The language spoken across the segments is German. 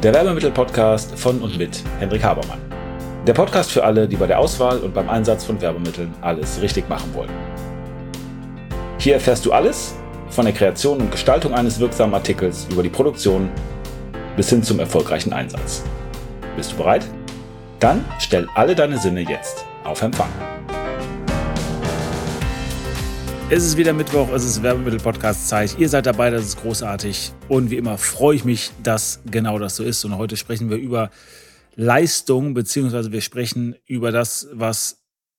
Der Werbemittel-Podcast von und mit Hendrik Habermann. Der Podcast für alle, die bei der Auswahl und beim Einsatz von Werbemitteln alles richtig machen wollen. Hier erfährst du alles von der Kreation und Gestaltung eines wirksamen Artikels über die Produktion bis hin zum erfolgreichen Einsatz. Bist du bereit? Dann stell alle deine Sinne jetzt auf Empfang. Es ist wieder Mittwoch, es ist Werbemittel-Podcast-Zeit. Ihr seid dabei, das ist großartig. Und wie immer freue ich mich, dass genau das so ist. Und heute sprechen wir über Leistung, beziehungsweise wir sprechen über das, was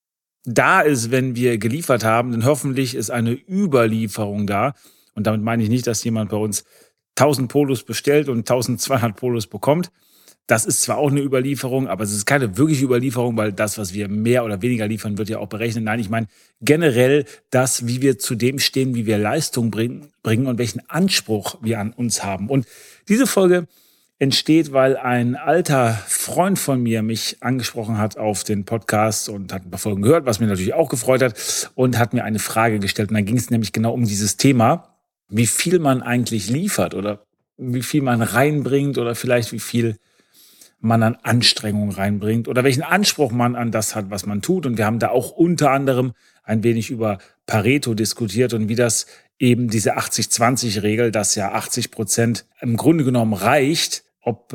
da ist, wenn wir geliefert haben. Denn hoffentlich ist eine Überlieferung da. Und damit meine ich nicht, dass jemand bei uns 1000 Polos bestellt und 1200 Polos bekommt. Das ist zwar auch eine Überlieferung, aber es ist keine wirkliche Überlieferung, weil das, was wir mehr oder weniger liefern, wird ja auch berechnet. Nein, ich meine generell das, wie wir zu dem stehen, wie wir Leistung bringen und welchen Anspruch wir an uns haben. Und diese Folge entsteht, weil ein alter Freund von mir mich angesprochen hat auf den Podcast und hat ein paar Folgen gehört, was mir natürlich auch gefreut hat, und hat mir eine Frage gestellt. Und dann ging es nämlich genau um dieses Thema, wie viel man eigentlich liefert oder wie viel man reinbringt oder vielleicht wie viel man an Anstrengung reinbringt oder welchen Anspruch man an das hat, was man tut. Und wir haben da auch unter anderem ein wenig über Pareto diskutiert und wie das eben diese 80-20-Regel, dass ja 80% im Grunde genommen reicht, ob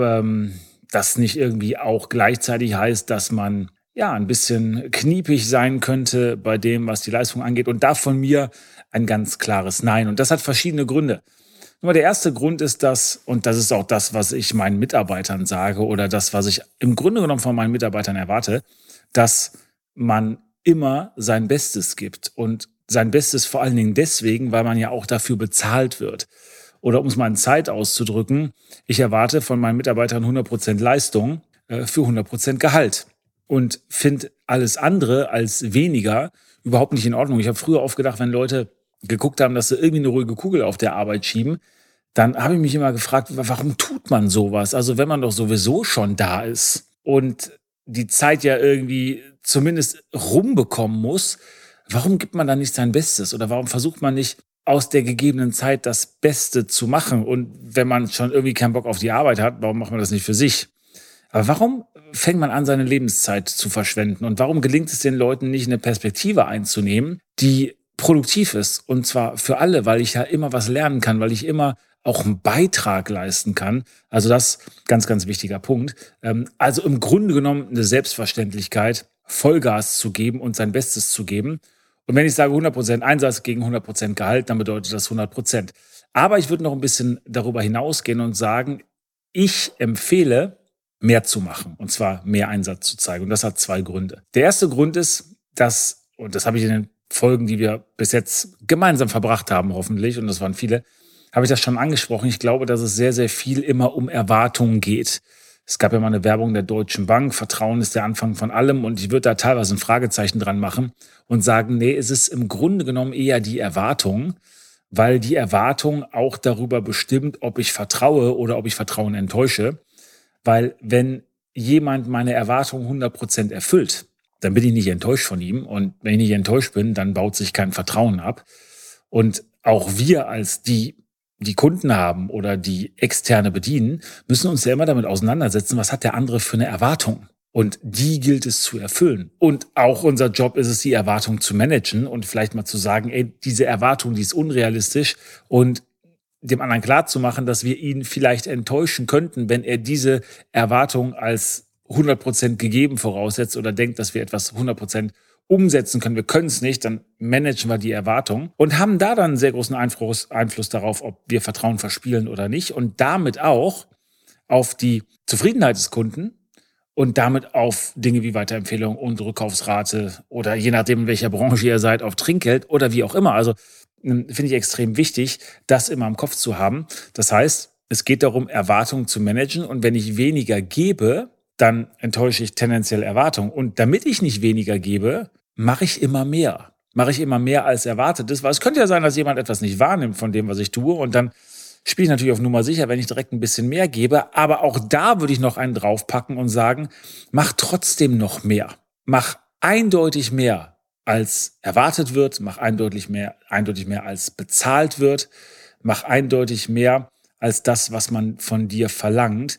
das nicht irgendwie auch gleichzeitig heißt, dass man ja ein bisschen kniepig sein könnte bei dem, was die Leistung angeht. Und da von mir ein ganz klares Nein. Und das hat verschiedene Gründe. Nur der erste Grund ist das, und das ist auch das, was ich meinen Mitarbeitern sage oder das, was ich im Grunde genommen von meinen Mitarbeitern erwarte, dass man immer sein Bestes gibt. Und sein Bestes vor allen Dingen deswegen, weil man ja auch dafür bezahlt wird. Oder um es mal in Zeit auszudrücken, ich erwarte von meinen Mitarbeitern 100% Leistung für 100% Gehalt. Und finde alles andere als weniger überhaupt nicht in Ordnung. Ich habe früher oft gedacht, wenn Leute geguckt haben, dass sie irgendwie eine ruhige Kugel auf der Arbeit schieben, dann habe ich mich immer gefragt, warum tut man sowas? Also wenn man doch sowieso schon da ist und die Zeit ja irgendwie zumindest rumbekommen muss, warum gibt man dann nicht sein Bestes? Oder warum versucht man nicht aus der gegebenen Zeit das Beste zu machen? Und wenn man schon irgendwie keinen Bock auf die Arbeit hat, warum macht man das nicht für sich? Aber warum fängt man an, seine Lebenszeit zu verschwenden? Und warum gelingt es den Leuten nicht, eine Perspektive einzunehmen, die produktiv ist? Und zwar für alle, weil ich ja immer was lernen kann, weil ich immer auch einen Beitrag leisten kann. Also das ganz, ganz wichtiger Punkt. Also im Grunde genommen eine Selbstverständlichkeit, Vollgas zu geben und sein Bestes zu geben. Und wenn ich sage 100% Einsatz gegen 100% Gehalt, dann bedeutet das 100%. Aber ich würde noch ein bisschen darüber hinausgehen und sagen, ich empfehle, mehr zu machen, und zwar mehr Einsatz zu zeigen. Und das hat zwei Gründe. Der erste Grund ist, dass, und das habe ich in den Folgen, die wir bis jetzt gemeinsam verbracht haben, hoffentlich, und das waren viele, habe ich das schon angesprochen. Ich glaube, dass es sehr, sehr viel immer um Erwartungen geht. Es gab ja mal eine Werbung der Deutschen Bank, Vertrauen ist der Anfang von allem, und ich würde da teilweise ein Fragezeichen dran machen und sagen, nee, es ist im Grunde genommen eher die Erwartung, weil die Erwartung auch darüber bestimmt, ob ich vertraue oder ob ich Vertrauen enttäusche. Weil wenn jemand meine Erwartungen 100% erfüllt, dann bin ich nicht enttäuscht von ihm. Und wenn ich nicht enttäuscht bin, dann baut sich kein Vertrauen ab. Und auch wir als die Kunden haben oder die Externe bedienen, müssen uns ja immer damit auseinandersetzen, was hat der andere für eine Erwartung. Und die gilt es zu erfüllen. Und auch unser Job ist es, die Erwartung zu managen und vielleicht mal zu sagen, ey, diese Erwartung, die ist unrealistisch, und dem anderen klar zu machen, dass wir ihn vielleicht enttäuschen könnten, wenn er diese Erwartung als 100% gegeben voraussetzt oder denkt, dass wir etwas 100% umsetzen können. Wir können es nicht, dann managen wir die Erwartung und haben da dann einen sehr großen Einfluss darauf, ob wir Vertrauen verspielen oder nicht, und damit auch auf die Zufriedenheit des Kunden und damit auf Dinge wie Weiterempfehlung und Rückkaufsrate oder je nachdem, in welcher Branche ihr seid, auf Trinkgeld oder wie auch immer. Also finde ich extrem wichtig, das immer im Kopf zu haben. Das heißt, es geht darum, Erwartungen zu managen, und wenn ich weniger gebe, dann enttäusche ich tendenziell Erwartungen. Und damit ich nicht weniger gebe, mache ich immer mehr. Mache ich immer mehr als erwartet ist, weil es könnte ja sein, dass jemand etwas nicht wahrnimmt von dem, was ich tue, und dann spiele ich natürlich auf Nummer sicher, wenn ich direkt ein bisschen mehr gebe. Aber auch da würde ich noch einen draufpacken und sagen, mach trotzdem noch mehr. Mach eindeutig mehr, als erwartet wird, mach eindeutig mehr als bezahlt wird, mach eindeutig mehr als das, was man von dir verlangt,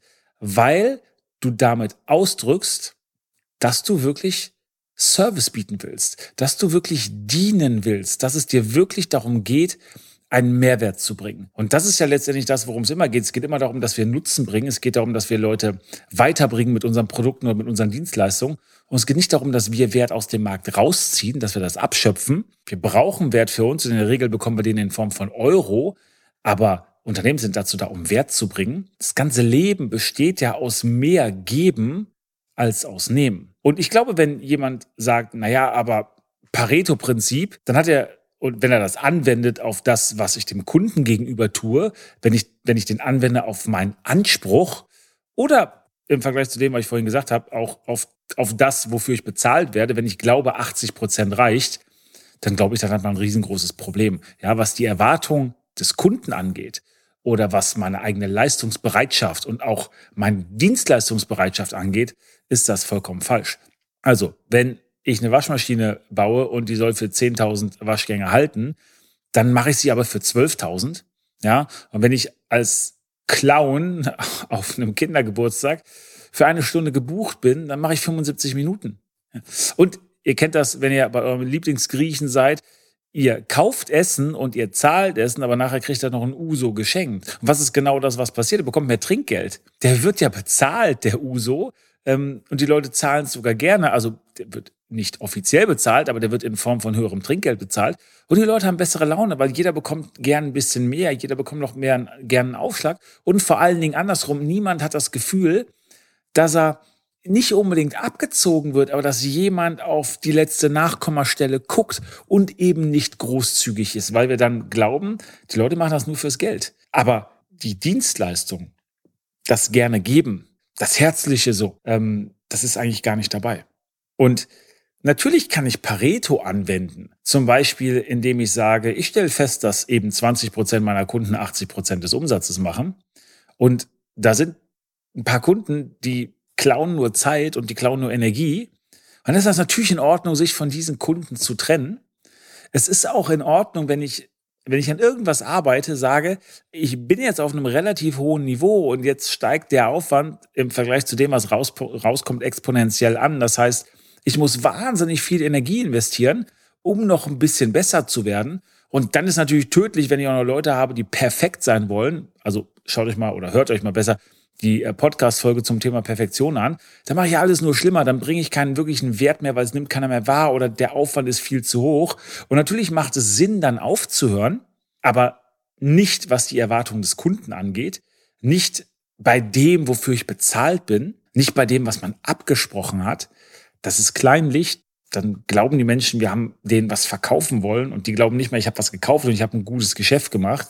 weil du damit ausdrückst, dass du wirklich Service bieten willst, dass du wirklich dienen willst, dass es dir wirklich darum geht, einen Mehrwert zu bringen. Und das ist ja letztendlich das, worum es immer geht. Es geht immer darum, dass wir Nutzen bringen. Es geht darum, dass wir Leute weiterbringen mit unseren Produkten oder mit unseren Dienstleistungen. Und es geht nicht darum, dass wir Wert aus dem Markt rausziehen, dass wir das abschöpfen. Wir brauchen Wert für uns und in der Regel bekommen wir den in Form von Euro. Aber Unternehmen sind dazu da, um Wert zu bringen. Das ganze Leben besteht ja aus mehr Geben als aus Nehmen. Und ich glaube, wenn jemand sagt, naja, aber Pareto-Prinzip, dann hat er, und wenn er das anwendet auf das, was ich dem Kunden gegenüber tue, wenn ich den anwende auf meinen Anspruch oder im Vergleich zu dem, was ich vorhin gesagt habe, auch auf das, wofür ich bezahlt werde, wenn ich glaube, 80% reicht, dann glaube ich, dann hat man ein riesengroßes Problem. Ja, was die Erwartung des Kunden angeht oder was meine eigene Leistungsbereitschaft und auch meine Dienstleistungsbereitschaft angeht, ist das vollkommen falsch. Also, wenn ich eine Waschmaschine baue und die soll für 10.000 Waschgänge halten, dann mache ich sie aber für 12.000. Ja, und wenn ich als Clown auf einem Kindergeburtstag für 1 Stunde gebucht bin, dann mache ich 75 Minuten. Und ihr kennt das, wenn ihr bei eurem Lieblingsgriechen seid, ihr kauft Essen und ihr zahlt Essen, aber nachher kriegt er noch ein Uso geschenkt. Und was ist genau das, was passiert? Er bekommt mehr Trinkgeld. Der wird ja bezahlt, der Uso. Und die Leute zahlen es sogar gerne. Also der wird nicht offiziell bezahlt, aber der wird in Form von höherem Trinkgeld bezahlt. Und die Leute haben bessere Laune, weil jeder bekommt gern ein bisschen mehr, jeder bekommt noch mehr gern einen Aufschlag. Und vor allen Dingen andersrum, niemand hat das Gefühl, dass er nicht unbedingt abgezogen wird, aber dass jemand auf die letzte Nachkommastelle guckt und eben nicht großzügig ist, weil wir dann glauben, die Leute machen das nur fürs Geld. Aber die Dienstleistung, das gerne geben, das Herzliche so, das ist eigentlich gar nicht dabei. Und natürlich kann ich Pareto anwenden, zum Beispiel indem ich sage, ich stelle fest, dass eben 20% meiner Kunden 80% des Umsatzes machen und da sind ein paar Kunden, die klauen nur Zeit und die klauen nur Energie. Und dann ist das natürlich in Ordnung, sich von diesen Kunden zu trennen. Es ist auch in Ordnung, wenn ich an irgendwas arbeite, sage, ich bin jetzt auf einem relativ hohen Niveau und jetzt steigt der Aufwand im Vergleich zu dem, was rauskommt, exponentiell an. Das heißt, ich muss wahnsinnig viel Energie investieren, um noch ein bisschen besser zu werden. Und dann ist natürlich tödlich, wenn ich auch noch Leute habe, die perfekt sein wollen. Also schaut euch mal oder hört euch mal besser die Podcast-Folge zum Thema Perfektion an. Da mache ich ja alles nur schlimmer. Dann bringe ich keinen wirklichen Wert mehr, weil es nimmt keiner mehr wahr oder der Aufwand ist viel zu hoch. Und natürlich macht es Sinn, dann aufzuhören, aber nicht, was die Erwartung des Kunden angeht, nicht bei dem, wofür ich bezahlt bin, nicht bei dem, was man abgesprochen hat. Das ist Kleinlicht. Dann glauben die Menschen, wir haben denen was verkaufen wollen und die glauben nicht mehr, ich habe was gekauft und ich habe ein gutes Geschäft gemacht.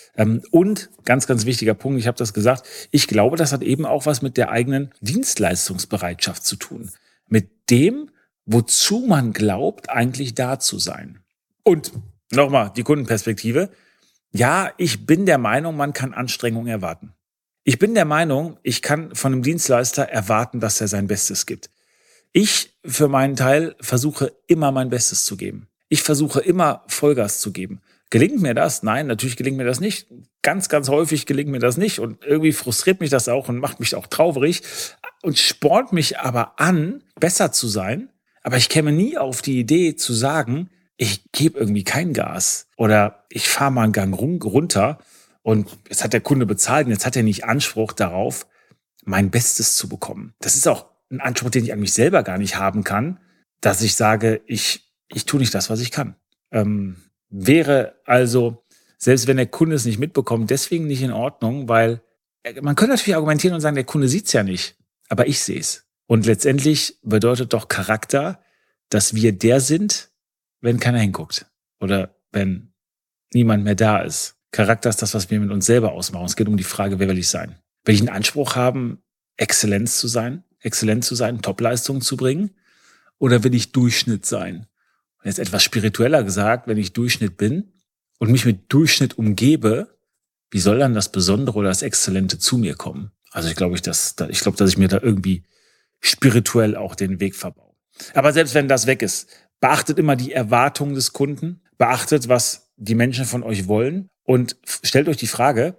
Und ganz, ganz wichtiger Punkt, ich habe das gesagt, ich glaube, das hat eben auch was mit der eigenen Dienstleistungsbereitschaft zu tun. Mit dem, wozu man glaubt, eigentlich da zu sein. Und nochmal die Kundenperspektive. Ja, ich bin der Meinung, man kann Anstrengung erwarten. Ich bin der Meinung, ich kann von einem Dienstleister erwarten, dass er sein Bestes gibt. Ich für meinen Teil versuche immer mein Bestes zu geben. Ich versuche immer Vollgas zu geben. Gelingt mir das? Nein, natürlich gelingt mir das nicht. Ganz, ganz häufig gelingt mir das nicht und irgendwie frustriert mich das auch und macht mich auch traurig und spornt mich aber an, besser zu sein. Aber ich käme nie auf die Idee zu sagen, ich gebe irgendwie kein Gas oder ich fahre mal einen Gang runter und jetzt hat der Kunde bezahlt und jetzt hat er nicht Anspruch darauf, mein Bestes zu bekommen. Das ist auch ein Anspruch, den ich an mich selber gar nicht haben kann, dass ich sage, ich tue nicht das, was ich kann. Wäre also, selbst wenn der Kunde es nicht mitbekommt, deswegen nicht in Ordnung, weil man könnte natürlich argumentieren und sagen, der Kunde sieht's ja nicht, aber ich sehe es. Und letztendlich bedeutet doch Charakter, dass wir der sind, wenn keiner hinguckt oder wenn niemand mehr da ist. Charakter ist das, was wir mit uns selber ausmachen. Es geht um die Frage, wer will ich sein? Will ich einen Anspruch haben, exzellent zu sein, Topleistungen zu bringen? Oder will ich Durchschnitt sein? Und jetzt etwas spiritueller gesagt, wenn ich Durchschnitt bin und mich mit Durchschnitt umgebe, wie soll dann das Besondere oder das Exzellente zu mir kommen? Also ich glaube, dass ich mir da irgendwie spirituell auch den Weg verbaue. Aber selbst wenn das weg ist, beachtet immer die Erwartungen des Kunden, beachtet, was die Menschen von euch wollen und stellt euch die Frage,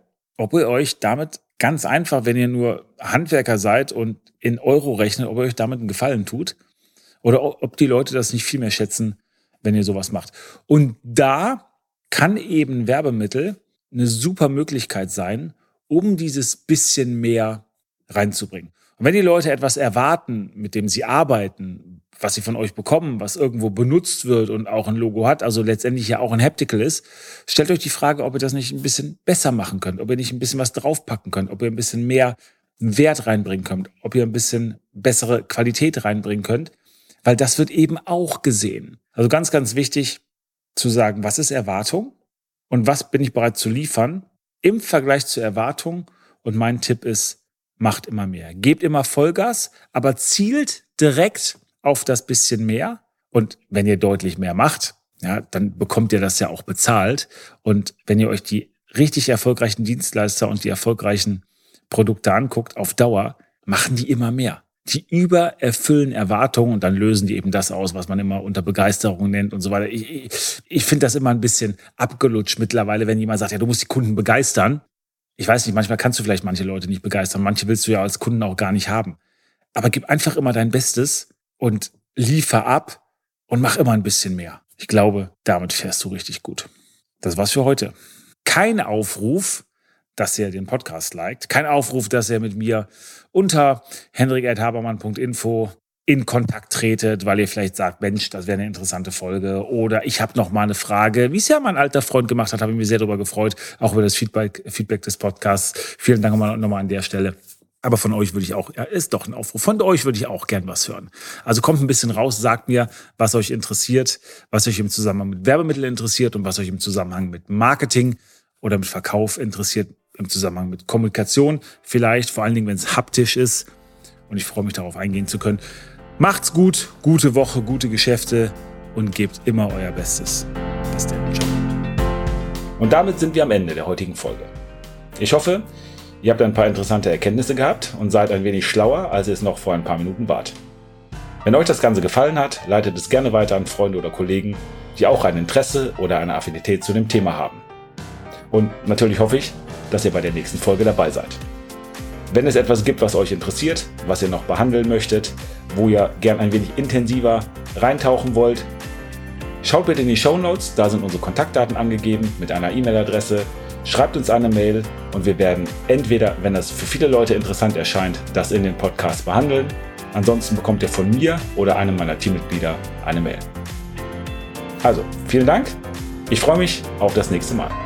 ob ihr euch damit ganz einfach, wenn ihr nur Handwerker seid und in Euro rechnet, ob ihr euch damit einen Gefallen tut oder ob die Leute das nicht viel mehr schätzen, wenn ihr sowas macht. Und da kann eben Werbemittel eine super Möglichkeit sein, um dieses bisschen mehr reinzubringen. Und wenn die Leute etwas erwarten, mit dem sie arbeiten, was sie von euch bekommen, was irgendwo benutzt wird und auch ein Logo hat, also letztendlich ja auch ein Haptical ist, stellt euch die Frage, ob ihr das nicht ein bisschen besser machen könnt, ob ihr nicht ein bisschen was draufpacken könnt, ob ihr ein bisschen mehr Wert reinbringen könnt, ob ihr ein bisschen bessere Qualität reinbringen könnt, weil das wird eben auch gesehen. Also ganz, ganz wichtig zu sagen, was ist Erwartung und was bin ich bereit zu liefern im Vergleich zur Erwartung. Und mein Tipp ist, macht immer mehr. Gebt immer Vollgas, aber zielt direkt auf das bisschen mehr. Und wenn ihr deutlich mehr macht, ja, dann bekommt ihr das ja auch bezahlt. Und wenn ihr euch die richtig erfolgreichen Dienstleister und die erfolgreichen Produkte anguckt, auf Dauer, machen die immer mehr. Die übererfüllen Erwartungen und dann lösen die eben das aus, was man immer unter Begeisterung nennt und so weiter. Ich finde das immer ein bisschen abgelutscht mittlerweile, wenn jemand sagt, ja, du musst die Kunden begeistern. Ich weiß nicht, manchmal kannst du vielleicht manche Leute nicht begeistern. Manche willst du ja als Kunden auch gar nicht haben. Aber gib einfach immer dein Bestes und liefer ab und mach immer ein bisschen mehr. Ich glaube, damit fährst du richtig gut. Das war's für heute. Kein Aufruf, dass ihr den Podcast liked. Kein Aufruf, dass ihr mit mir unter hendrik@habermann.info in Kontakt tretet, weil ihr vielleicht sagt, Mensch, das wäre eine interessante Folge. Oder ich habe noch mal eine Frage, wie es ja mein alter Freund gemacht hat, habe ich mich sehr darüber gefreut, auch über das Feedback des Podcasts. Vielen Dank nochmal an der Stelle. Aber von euch würde ich auch, ja, ist doch ein Aufruf, von euch würde ich auch gern was hören. Also kommt ein bisschen raus, sagt mir, was euch interessiert, was euch im Zusammenhang mit Werbemitteln interessiert und was euch im Zusammenhang mit Marketing oder mit Verkauf interessiert, im Zusammenhang mit Kommunikation, vielleicht, vor allen Dingen, wenn es haptisch ist. Und ich freue mich, darauf eingehen zu können. Macht's gut, gute Woche, gute Geschäfte und gebt immer euer Bestes. Bis dann, ciao. Und damit sind wir am Ende der heutigen Folge. Ich hoffe, ihr habt ein paar interessante Erkenntnisse gehabt und seid ein wenig schlauer, als ihr es noch vor ein paar Minuten wart. Wenn euch das Ganze gefallen hat, leitet es gerne weiter an Freunde oder Kollegen, die auch ein Interesse oder eine Affinität zu dem Thema haben. Und natürlich hoffe ich, dass ihr bei der nächsten Folge dabei seid. Wenn es etwas gibt, was euch interessiert, was ihr noch behandeln möchtet, wo ihr gern ein wenig intensiver reintauchen wollt, schaut bitte in die Shownotes, da sind unsere Kontaktdaten angegeben mit einer E-Mail-Adresse. Schreibt uns eine Mail und wir werden entweder, wenn das für viele Leute interessant erscheint, das in den Podcast behandeln. Ansonsten bekommt ihr von mir oder einem meiner Teammitglieder eine Mail. Also, vielen Dank. Ich freue mich auf das nächste Mal.